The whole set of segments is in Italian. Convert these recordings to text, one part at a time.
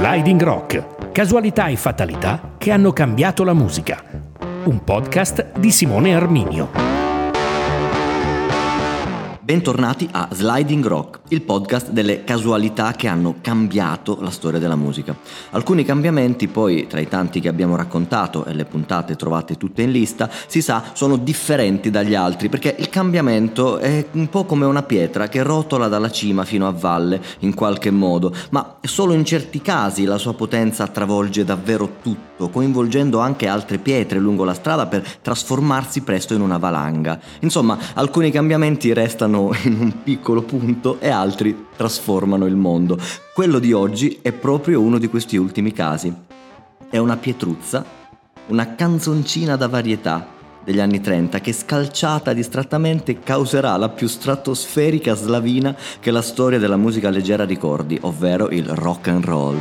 Sliding Rock, casualità e fatalità che hanno cambiato la musica. Un podcast di Simone Arminio. Bentornati a Sliding Rock, il podcast delle casualità che hanno cambiato la storia della musica. Alcuni cambiamenti poi, tra i tanti che abbiamo raccontato e le puntate trovate tutte in lista, si sa, sono differenti dagli altri perché il cambiamento è un po' come una pietra che rotola dalla cima fino a valle in qualche modo, ma solo in certi casi la sua potenza travolge davvero tutto, coinvolgendo anche altre pietre lungo la strada per trasformarsi presto in una valanga. Insomma, alcuni cambiamenti restano in un piccolo punto e altri trasformano il mondo. Quello di oggi è proprio uno di questi ultimi casi. È una pietruzza, una canzoncina da varietà degli anni 30 che, scalciata distrattamente, causerà la più stratosferica slavina che la storia della musica leggera ricordi, ovvero il rock and roll.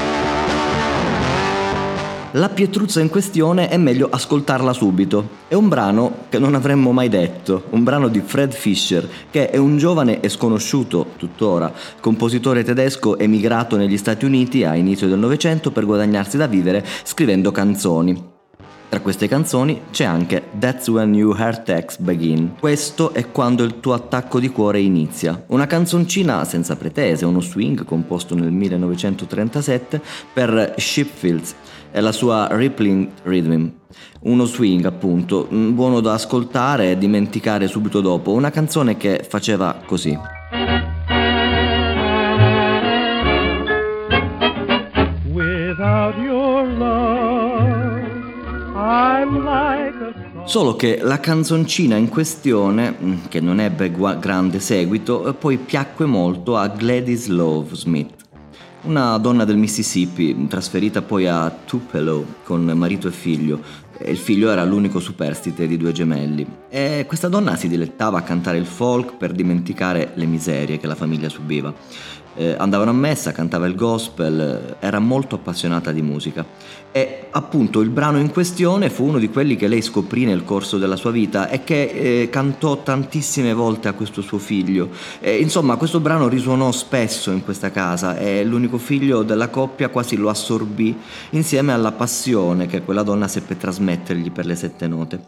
La pietruzza in questione è meglio ascoltarla subito. È un brano che non avremmo mai detto, un brano di Fred Fischer, che è un giovane e sconosciuto, tuttora, compositore tedesco emigrato negli Stati Uniti a inizio del Novecento per guadagnarsi da vivere scrivendo canzoni. Tra queste canzoni c'è anche That's When Your Heart Attacks Begin. Questo è quando il tuo attacco di cuore inizia. Una canzoncina senza pretese, uno swing composto nel 1937 per Shipfields e la sua Rippling Rhythm. Uno swing, appunto, buono da ascoltare e dimenticare subito dopo. Una canzone che faceva così. Without your love, I'm like a... Solo che la canzoncina in questione, che non ebbe grande seguito, poi piacque molto a Gladys Love Smith, una donna del Mississippi, trasferita poi a Tupelo con marito e figlio. Il figlio era l'unico superstite di due gemelli. E questa donna si dilettava a cantare il folk per dimenticare le miserie che la famiglia subiva. Andavano a messa, cantava il gospel, era molto appassionata di musica. E appunto il brano in questione fu uno di quelli che lei scoprì nel corso della sua vita e che cantò tantissime volte a questo suo figlio. Insomma, questo brano risuonò spesso in questa casa e l'unico figlio della coppia quasi lo assorbì insieme alla passione che quella donna seppe trasmettergli per le 7 note.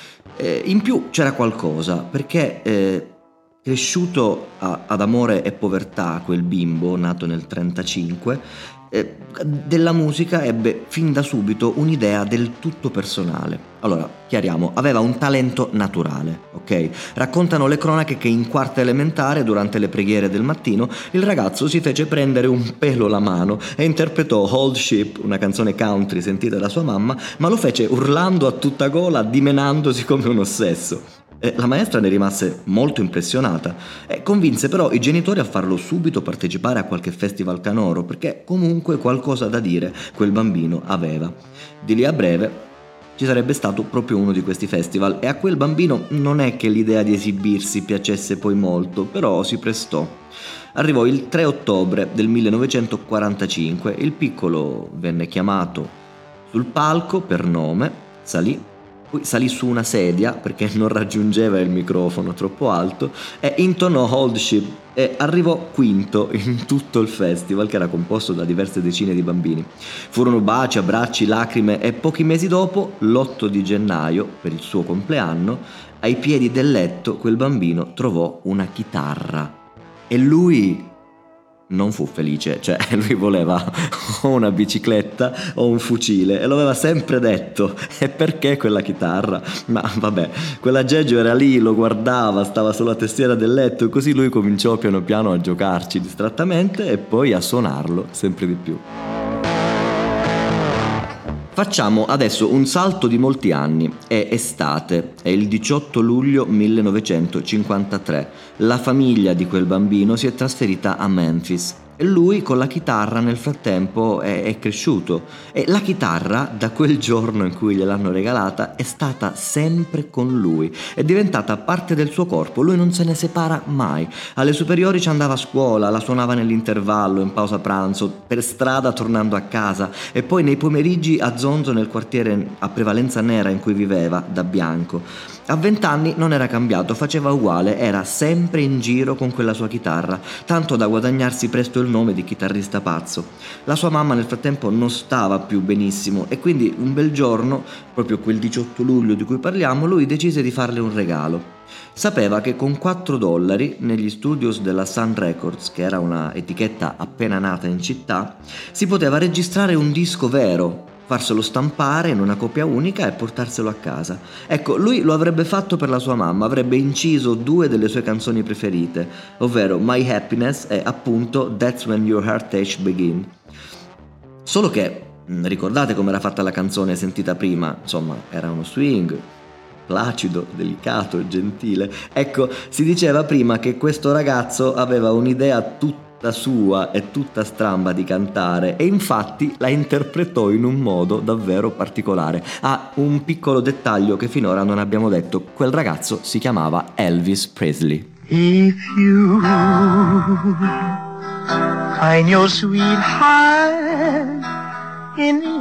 In più c'era qualcosa, perché cresciuto ad amore e povertà, quel bimbo nato nel 1935, della musica ebbe fin da subito un'idea del tutto personale. Allora, chiariamo, aveva un talento naturale, ok? Raccontano le cronache che in quarta elementare, durante le preghiere del mattino, il ragazzo si fece prendere un pelo la mano e interpretò Old Ship, una canzone country sentita da sua mamma, ma lo fece urlando a tutta gola, dimenandosi come un ossesso. La maestra ne rimase molto impressionata e convinse però i genitori a farlo subito partecipare a qualche festival canoro, perché comunque qualcosa da dire quel bambino aveva. Di lì a breve ci sarebbe stato proprio uno di questi festival e a quel bambino non è che l'idea di esibirsi piacesse poi molto, però si prestò. Arrivò il 3 ottobre del 1945, il piccolo venne chiamato sul palco per nome, salì su una sedia perché non raggiungeva il microfono troppo alto e intonò Old Ship e arrivò quinto in tutto il festival, che era composto da diverse decine di bambini. Furono baci, abbracci, lacrime e pochi mesi dopo, l'8 di gennaio, per il suo compleanno, ai piedi del letto quel bambino trovò una chitarra e lui non fu felice, cioè lui voleva o una bicicletta o un fucile e lo aveva sempre detto. E perché quella chitarra? Ma vabbè, quell'aggeggio era lì, lo guardava, stava sulla tastiera del letto e così lui cominciò piano piano a giocarci distrattamente e poi a suonarlo sempre di più. Facciamo adesso un salto di molti anni. È estate, è il 18 luglio 1953. La famiglia di quel bambino si è trasferita a Memphis e lui con la chitarra nel frattempo è cresciuto e la chitarra da quel giorno in cui gliel'hanno regalata è stata sempre con lui, è diventata parte del suo corpo, lui non se ne separa mai. Alle superiori ci andava a scuola, la suonava nell'intervallo, in pausa pranzo, per strada tornando a casa e poi nei pomeriggi a Zonzo, nel quartiere a prevalenza nera in cui viveva da bianco. A 20 anni non era cambiato, faceva uguale, era sempre in giro con quella sua chitarra, tanto da guadagnarsi presto il il nome di chitarrista pazzo. La sua mamma nel frattempo non stava più benissimo e quindi un bel giorno, proprio quel 18 luglio di cui parliamo, lui decise di farle un regalo. Sapeva che con $4 negli studios della Sun Records, che era una etichetta appena nata in città, si poteva registrare un disco vero, farselo stampare in una copia unica e portarselo a casa. Ecco, lui lo avrebbe fatto per la sua mamma, avrebbe inciso 2 delle sue canzoni preferite, ovvero My Happiness e appunto That's When Your Heartache Begin. Solo che, ricordate com'era fatta la canzone sentita prima? Insomma, era uno swing placido, delicato e gentile. Ecco, si diceva prima che questo ragazzo aveva un'idea tutta sua e tutta stramba di cantare e infatti la interpretò in un modo davvero particolare. Un piccolo dettaglio che finora non abbiamo detto: quel ragazzo si chiamava Elvis Presley. If you find your sweetheart in the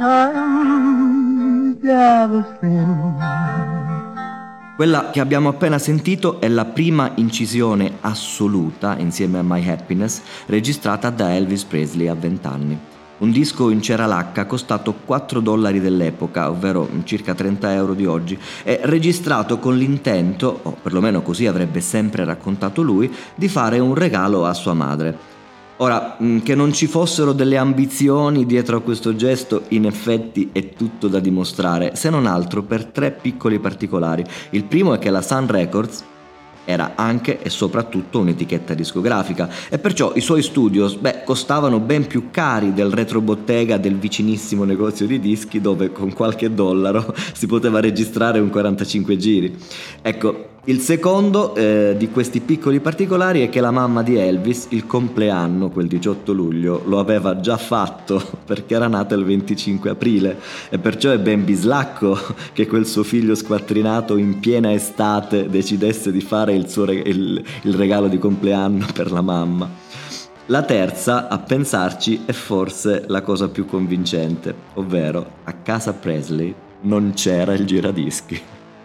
arms of a friend. Quella che abbiamo appena sentito è la prima incisione assoluta, insieme a My Happiness, registrata da Elvis Presley a 20 anni. Un disco in cera lacca costato $4 dell'epoca, ovvero circa 30 euro di oggi, è registrato con l'intento, o perlomeno così avrebbe sempre raccontato lui, di fare un regalo a sua madre. Ora, che non ci fossero delle ambizioni dietro a questo gesto, in effetti è tutto da dimostrare, se non altro per 3 piccoli particolari. Il primo è che la Sun Records era anche e soprattutto un'etichetta discografica e perciò i suoi studios, costavano ben più cari del retrobottega del vicinissimo negozio di dischi dove con qualche dollaro si poteva registrare un 45 giri. Ecco, il secondo di questi piccoli particolari è che la mamma di Elvis il compleanno, quel 18 luglio, lo aveva già fatto perché era nata il 25 aprile e perciò è ben bislacco che quel suo figlio squattrinato in piena estate decidesse di fare il regalo di compleanno per la mamma. La terza, a pensarci, è forse la cosa più convincente, ovvero a casa Presley non c'era il giradischi.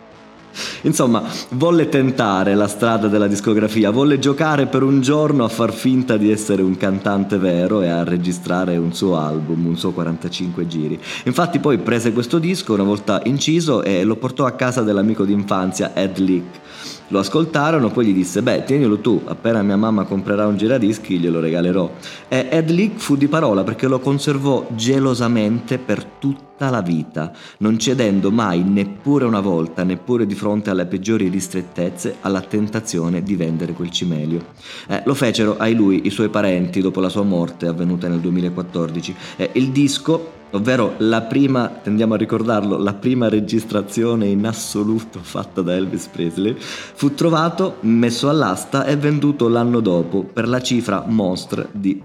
Insomma, volle tentare la strada della discografia, volle giocare per un giorno a far finta di essere un cantante vero e a registrare un suo album, un suo 45 giri. Infatti poi prese questo disco una volta inciso e lo portò a casa dell'amico d'infanzia Ed Leak. Lo ascoltarono, poi gli disse: tienilo tu, appena mia mamma comprerà un giradischi glielo regalerò. E Ed Leak fu di parola perché lo conservò gelosamente per tutta la vita, non cedendo mai neppure una volta, neppure di fronte alle peggiori ristrettezze, alla tentazione di vendere quel cimelio. Lo fecero ai lui i suoi parenti dopo la sua morte avvenuta nel 2014. Il disco, ovvero la prima, tendiamo a ricordarlo, la prima registrazione in assoluto fatta da Elvis Presley, fu trovato, messo all'asta e venduto l'anno dopo per la cifra monstre di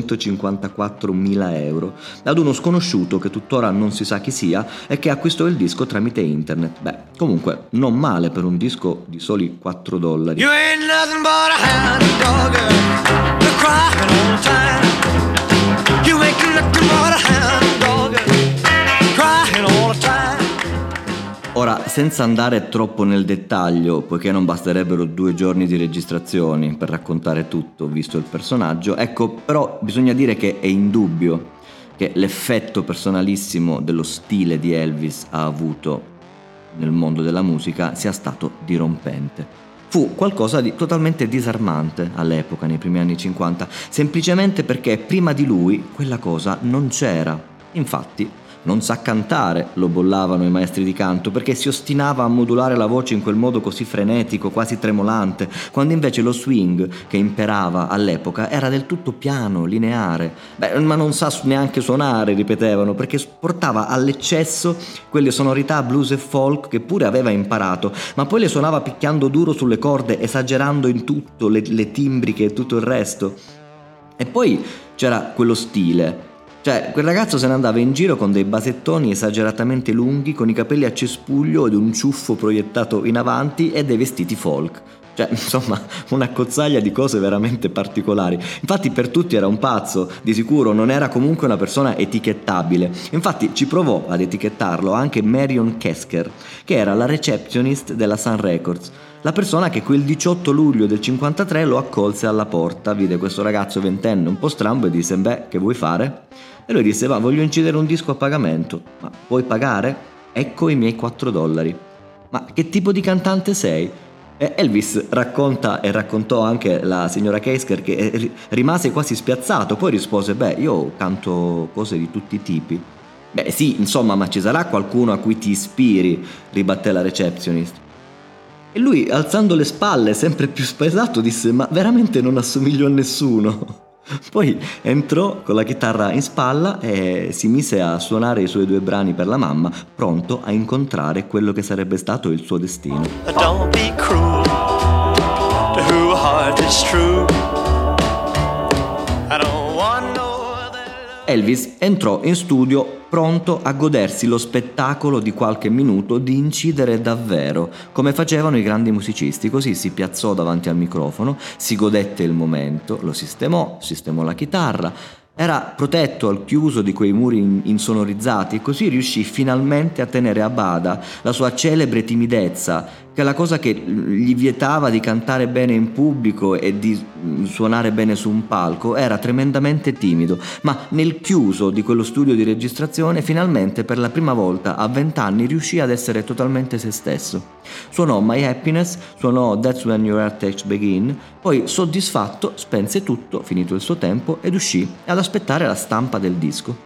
254.000 euro ad uno sconosciuto che tuttora non si sa chi sia e che acquistò il disco tramite internet. Comunque non male per un disco di soli $4. You ain't nothing but a hound dog, you're crying all the time. You ain't nothing but a hound. Ora, senza andare troppo nel dettaglio, poiché non basterebbero 2 giorni di registrazioni per raccontare tutto, visto il personaggio, ecco, però bisogna dire che è indubbio che l'effetto personalissimo dello stile di Elvis ha avuto nel mondo della musica sia stato dirompente. Fu qualcosa di totalmente disarmante all'epoca, nei primi anni 50, semplicemente perché prima di lui quella cosa non c'era. Infatti, non sa cantare, lo bollavano i maestri di canto, perché si ostinava a modulare la voce in quel modo così frenetico, quasi tremolante, quando invece lo swing che imperava all'epoca era del tutto piano, lineare. Ma non sa neanche suonare, ripetevano, perché portava all'eccesso quelle sonorità blues e folk che pure aveva imparato, ma poi le suonava picchiando duro sulle corde, esagerando in tutto, le timbriche e tutto il resto. E poi c'era quello stile. Cioè, quel ragazzo se ne andava in giro con dei basettoni esageratamente lunghi, con i capelli a cespuglio ed un ciuffo proiettato in avanti e dei vestiti folk. Cioè, insomma, una cozzaglia di cose veramente particolari. Infatti per tutti era un pazzo, di sicuro non era comunque una persona etichettabile. Infatti ci provò ad etichettarlo anche Marion Kesker, che era la receptionist della Sun Records. La persona che quel 18 luglio del 53 lo accolse alla porta, vide questo ragazzo ventenne un po' strambo e disse: beh, che vuoi fare? E lui disse: va, voglio incidere un disco a pagamento. Ma puoi pagare? Ecco i miei $4. Ma che tipo di cantante sei? E Elvis raccontò anche la signora Keisker che rimase quasi spiazzato, poi rispose: beh, io canto cose di tutti i tipi. Beh sì, insomma, ma ci sarà qualcuno a cui ti ispiri, ribatté la receptionist. E lui, alzando le spalle, sempre più spaesato, disse: ma veramente non assomiglio a nessuno. Poi entrò con la chitarra in spalla e si mise a suonare i suoi 2 brani per la mamma, pronto a incontrare quello che sarebbe stato il suo destino. Don't be cruel to who heart is true. I don't want no other. Elvis entrò in studio pronto a godersi lo spettacolo di qualche minuto di incidere davvero, come facevano i grandi musicisti. Così si piazzò davanti al microfono, si godette il momento, lo sistemò la chitarra, era protetto al chiuso di quei muri insonorizzati e così riuscì finalmente a tenere a bada la sua celebre timidezza, che è la cosa che gli vietava di cantare bene in pubblico e di suonare bene su un palco. Era tremendamente timido, ma nel chiuso di quello studio di registrazione finalmente per la prima volta a 20 anni riuscì ad essere totalmente se stesso. Suonò My Happiness, suonò That's When Your Heartaches Begin, poi soddisfatto spense tutto, finito il suo tempo, ed uscì ad aspettare la stampa del disco.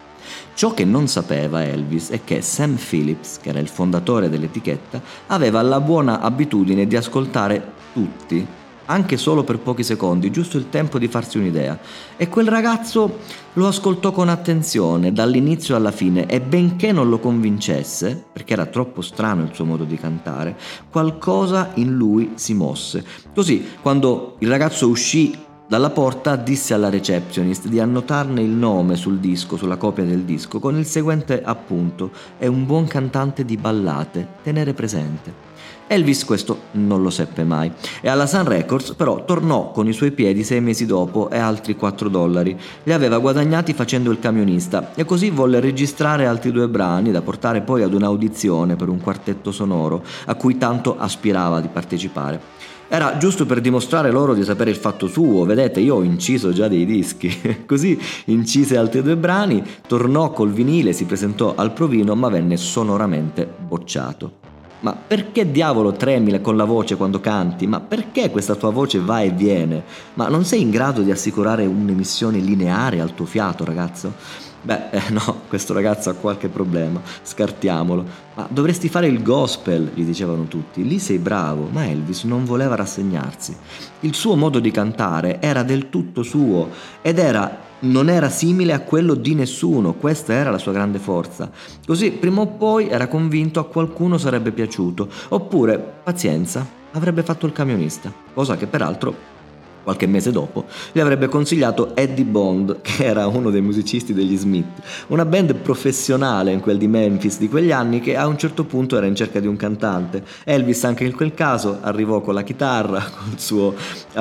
Ciò che non sapeva Elvis è che Sam Phillips, che era il fondatore dell'etichetta, aveva la buona abitudine di ascoltare tutti, anche solo per pochi secondi, giusto il tempo di farsi un'idea. E quel ragazzo lo ascoltò con attenzione dall'inizio alla fine e benché non lo convincesse, perché era troppo strano il suo modo di cantare, qualcosa in lui si mosse. Così, quando il ragazzo uscì dalla porta, disse alla receptionist di annotarne il nome sul disco, sulla copia del disco, con il seguente appunto: è un buon cantante di ballate, tenere presente. Elvis questo non lo seppe mai e alla Sun Records però tornò con i suoi piedi 6 mesi dopo e altri $4. Li aveva guadagnati facendo il camionista e così volle registrare altri 2 brani da portare poi ad un'audizione per un quartetto sonoro a cui tanto aspirava di partecipare. Era giusto per dimostrare loro di sapere il fatto suo. Vedete, io ho inciso già dei dischi. Così incise altri 2 brani, tornò col vinile, si presentò al provino, ma venne sonoramente bocciato. Ma perché diavolo tremi con la voce quando canti? Ma perché questa tua voce va e viene? Ma non sei in grado di assicurare un'emissione lineare al tuo fiato, ragazzo? No, questo ragazzo ha qualche problema, scartiamolo. Ma dovresti fare il gospel, gli dicevano tutti. Lì sei bravo, ma Elvis non voleva rassegnarsi. Il suo modo di cantare era del tutto suo ed non era simile a quello di nessuno. Questa era la sua grande forza. Così prima o poi era convinto a qualcuno sarebbe piaciuto, oppure, pazienza, avrebbe fatto il camionista, cosa che peraltro qualche mese dopo gli avrebbe consigliato Eddie Bond, che era uno dei musicisti degli Smith, una band professionale in quel di Memphis di quegli anni che a un certo punto era in cerca di un cantante. Elvis anche in quel caso arrivò con la chitarra, con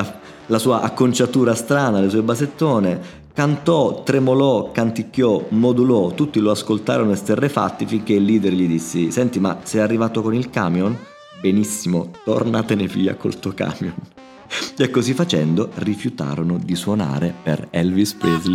la sua acconciatura strana, le sue basettone, cantò, tremolò, canticchiò, modulò, tutti lo ascoltarono esterrefatti finché il leader gli disse: senti, ma sei arrivato con il camion? Benissimo, tornatene via col tuo camion. E così facendo rifiutarono di suonare per Elvis Presley.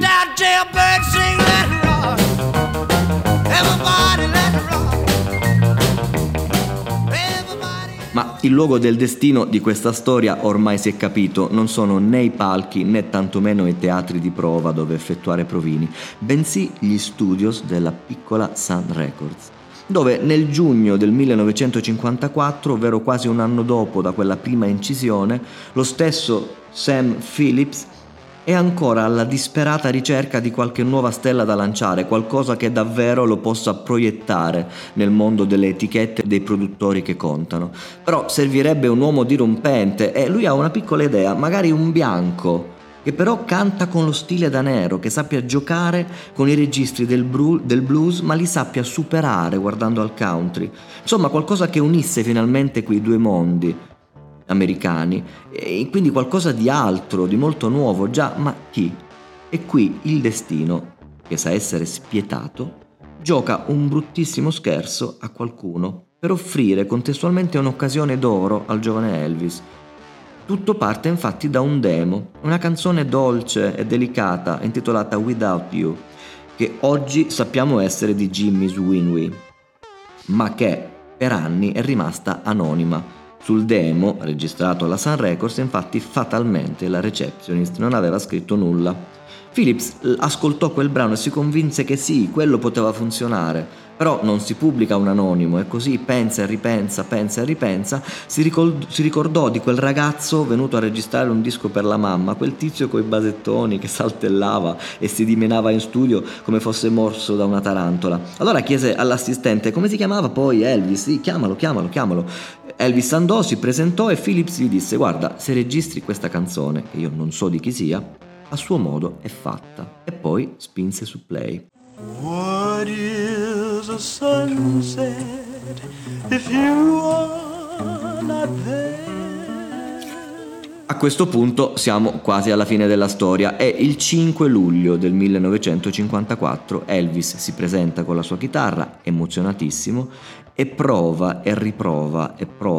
Ma il luogo del destino di questa storia ormai si è capito, non sono né i palchi né tantomeno i teatri di prova dove effettuare provini, bensì gli studios della piccola Sun Records, dove nel giugno del 1954, ovvero quasi un anno dopo da quella prima incisione, lo stesso Sam Phillips è ancora alla disperata ricerca di qualche nuova stella da lanciare, qualcosa che davvero lo possa proiettare nel mondo delle etichette e dei produttori che contano. Però servirebbe un uomo dirompente e lui ha una piccola idea, magari un bianco, che però canta con lo stile da nero, che sappia giocare con i registri del blues, ma li sappia superare guardando al country. Insomma, qualcosa che unisse finalmente quei 2 mondi americani, e quindi qualcosa di altro, di molto nuovo. Già, ma chi? E qui il destino, che sa essere spietato, gioca un bruttissimo scherzo a qualcuno per offrire contestualmente un'occasione d'oro al giovane Elvis. Tutto parte infatti da un demo, una canzone dolce e delicata intitolata Without You, che oggi sappiamo essere di Jimmy Sweeney, ma che per anni è rimasta anonima. Sul demo, registrato alla Sun Records, infatti fatalmente la receptionist non aveva scritto nulla. Phillips ascoltò quel brano e si convinse che sì, quello poteva funzionare, però non si pubblica un anonimo, e così pensa e ripensa, si ricordò di quel ragazzo venuto a registrare un disco per la mamma, quel tizio coi basettoni che saltellava e si dimenava in studio come fosse morso da una tarantola. Allora chiese all'assistente come si chiamava poi Elvis. Sì, chiamalo. Elvis andò, si presentò e Phillips gli disse: guarda, se registri questa canzone, che io non so di chi sia, a suo modo è fatta. E poi spinse su play. What is a sunset if you are not there? A questo punto siamo quasi alla fine della storia. È il 5 luglio del 1954, Elvis si presenta con la sua chitarra, emozionatissimo, e prova e riprova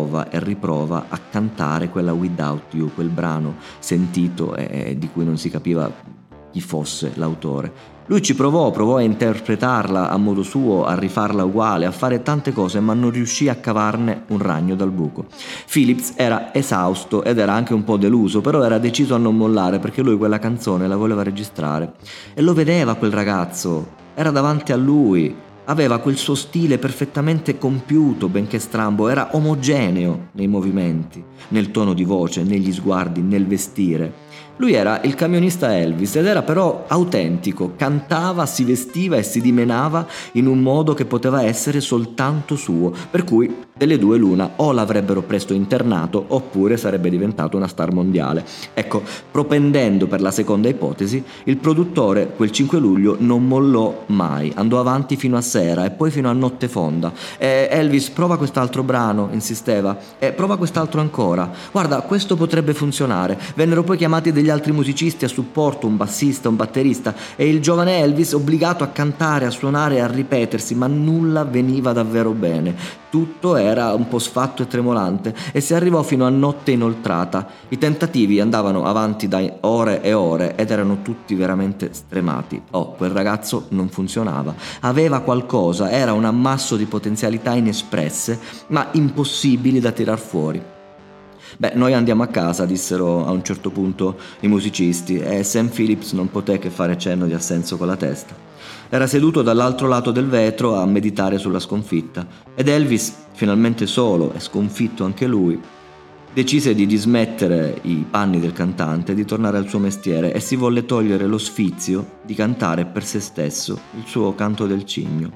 a cantare quella Without You, quel brano sentito e di cui non si capiva chi fosse l'autore. Lui ci provò a interpretarla a modo suo, a rifarla uguale, a fare tante cose, ma non riuscì a cavarne un ragno dal buco. Phillips era esausto ed era anche un po' deluso, però era deciso a non mollare perché lui quella canzone la voleva registrare. E lo vedeva quel ragazzo, era davanti a lui, aveva quel suo stile perfettamente compiuto, benché strambo, era omogeneo nei movimenti, nel tono di voce, negli sguardi, nel vestire. Lui era il camionista Elvis ed era però autentico, cantava, si vestiva e si dimenava in un modo che poteva essere soltanto suo, per cui delle due l'una: o l'avrebbero presto internato oppure sarebbe diventato una star mondiale. Ecco, propendendo per la seconda ipotesi, il produttore quel 5 luglio non mollò mai, andò avanti fino a sera e poi fino a notte fonda. Elvis, prova quest'altro brano, insisteva, e prova quest'altro ancora, guarda, questo potrebbe funzionare. Vennero poi chiamati degli altri musicisti a supporto, un bassista, un batterista, e il giovane Elvis obbligato a cantare, a suonare e a ripetersi, ma nulla veniva davvero bene. Tutto era un po' sfatto e tremolante e si arrivò fino a notte inoltrata. I tentativi andavano avanti da ore e ore ed erano tutti veramente stremati. Quel ragazzo non funzionava. Aveva qualcosa, era un ammasso di potenzialità inespresse, ma impossibili da tirar fuori. Noi andiamo a casa, dissero a un certo punto i musicisti, e Sam Phillips non poté che fare cenno di assenso con la testa. Era seduto dall'altro lato del vetro a meditare sulla sconfitta, ed Elvis, finalmente solo e sconfitto anche lui, decise di dismettere i panni del cantante e di tornare al suo mestiere, e si volle togliere lo sfizio di cantare per se stesso il suo Canto del Cigno.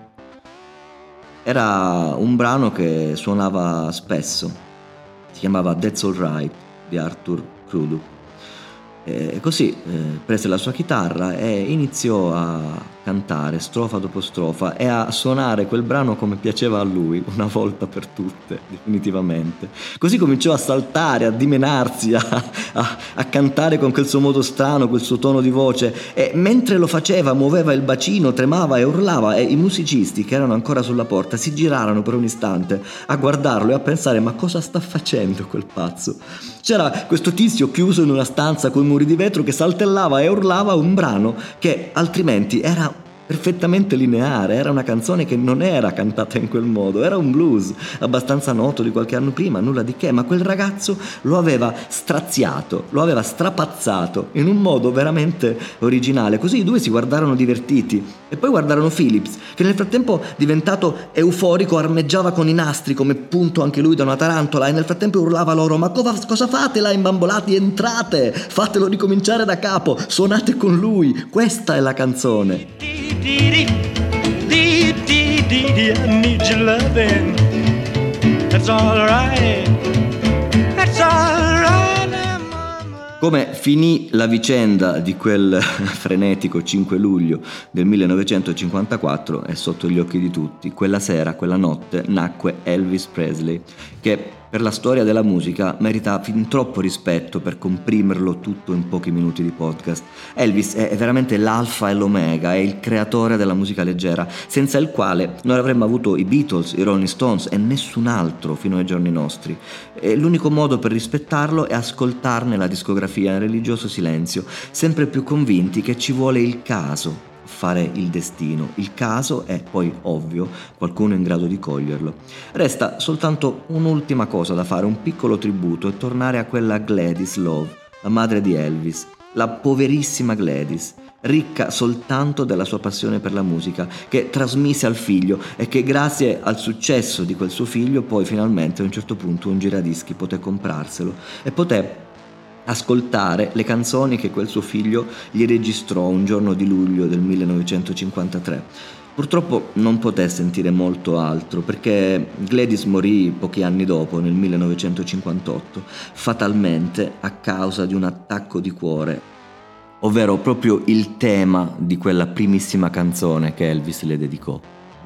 Era un brano che suonava spesso. Si chiamava That's All Right di Arthur Crudup. E così prese la sua chitarra e iniziò a cantare strofa dopo strofa e a suonare quel brano come piaceva a lui, una volta per tutte, definitivamente. Così cominciò a saltare, a dimenarsi, a cantare con quel suo modo strano, quel suo tono di voce, e mentre lo faceva muoveva il bacino, tremava e urlava, e i musicisti che erano ancora sulla porta si girarono per un istante a guardarlo e a pensare: ma cosa sta facendo quel pazzo? C'era questo tizio chiuso in una stanza con muri di vetro che saltellava e urlava un brano che altrimenti era perfettamente lineare, era una canzone che non era cantata in quel modo, era un blues abbastanza noto di qualche anno prima, nulla di che, ma quel ragazzo lo aveva straziato, lo aveva strapazzato in un modo veramente originale. Così i due si guardarono divertiti e poi guardarono Phillips, che nel frattempo, diventato euforico, armeggiava con i nastri come punto anche lui da una tarantola, e nel frattempo urlava loro: ma cosa fate là imbambolati? Entrate, fatelo ricominciare da capo, suonate con lui, questa è la canzone. I need your loving. That's all right. That's all right. Come finì la vicenda di quel frenetico 5 luglio del 1954 è sotto gli occhi di tutti. Quella sera, quella notte, nacque Elvis Presley, che per la storia della musica merita fin troppo rispetto per comprimerlo tutto in pochi minuti di podcast. Elvis è veramente l'alfa e l'omega, è il creatore della musica leggera, senza il quale non avremmo avuto i Beatles, i Rolling Stones e nessun altro fino ai giorni nostri. E l'unico modo per rispettarlo è ascoltarne la discografia in religioso silenzio, sempre più convinti che ci vuole il caso fare il destino. Il caso è poi ovvio, qualcuno è in grado di coglierlo. Resta soltanto un'ultima cosa da fare, un piccolo tributo, e tornare a quella Gladys Love, la madre di Elvis, la poverissima Gladys, ricca soltanto della sua passione per la musica, che trasmise al figlio e che grazie al successo di quel suo figlio poi finalmente a un certo punto un giradischi poté comprarselo e poté ascoltare le canzoni che quel suo figlio gli registrò un giorno di luglio del 1953. Purtroppo non poté sentire molto altro perché Gladys morì pochi anni dopo, nel 1958, fatalmente a causa di un attacco di cuore, ovvero proprio il tema di quella primissima canzone che Elvis le dedicò.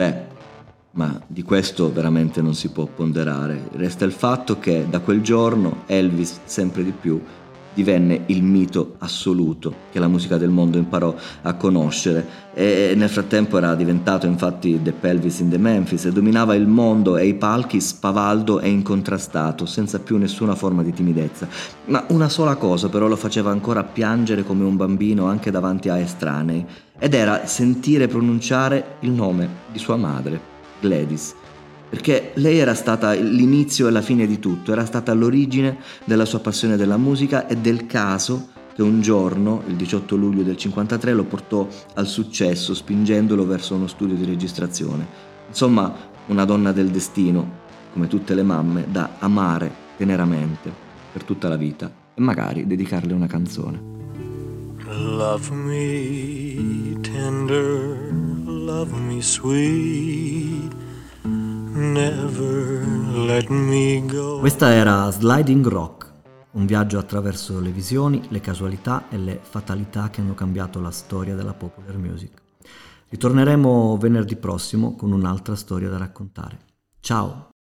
Ma di questo veramente non si può ponderare. Resta il fatto che da quel giorno Elvis sempre di più divenne il mito assoluto che la musica del mondo imparò a conoscere, e nel frattempo era diventato infatti The Elvis in the Memphis e dominava il mondo e i palchi spavaldo e incontrastato, senza più nessuna forma di timidezza. Ma una sola cosa però lo faceva ancora piangere come un bambino anche davanti a estranei, ed era sentire pronunciare il nome di sua madre, Gladys. Perché lei era stata l'inizio e la fine di tutto, era stata l'origine della sua passione della musica e del caso che un giorno, il 18 luglio del 53, lo portò al successo spingendolo verso uno studio di registrazione. Insomma, una donna del destino, come tutte le mamme, da amare teneramente per tutta la vita e magari dedicarle una canzone. Love me tender, love me sweet, never let me go. Questa era Sliding Rock, un viaggio attraverso le visioni, le casualità e le fatalità che hanno cambiato la storia della popular music. Ritorneremo venerdì prossimo con un'altra storia da raccontare. Ciao!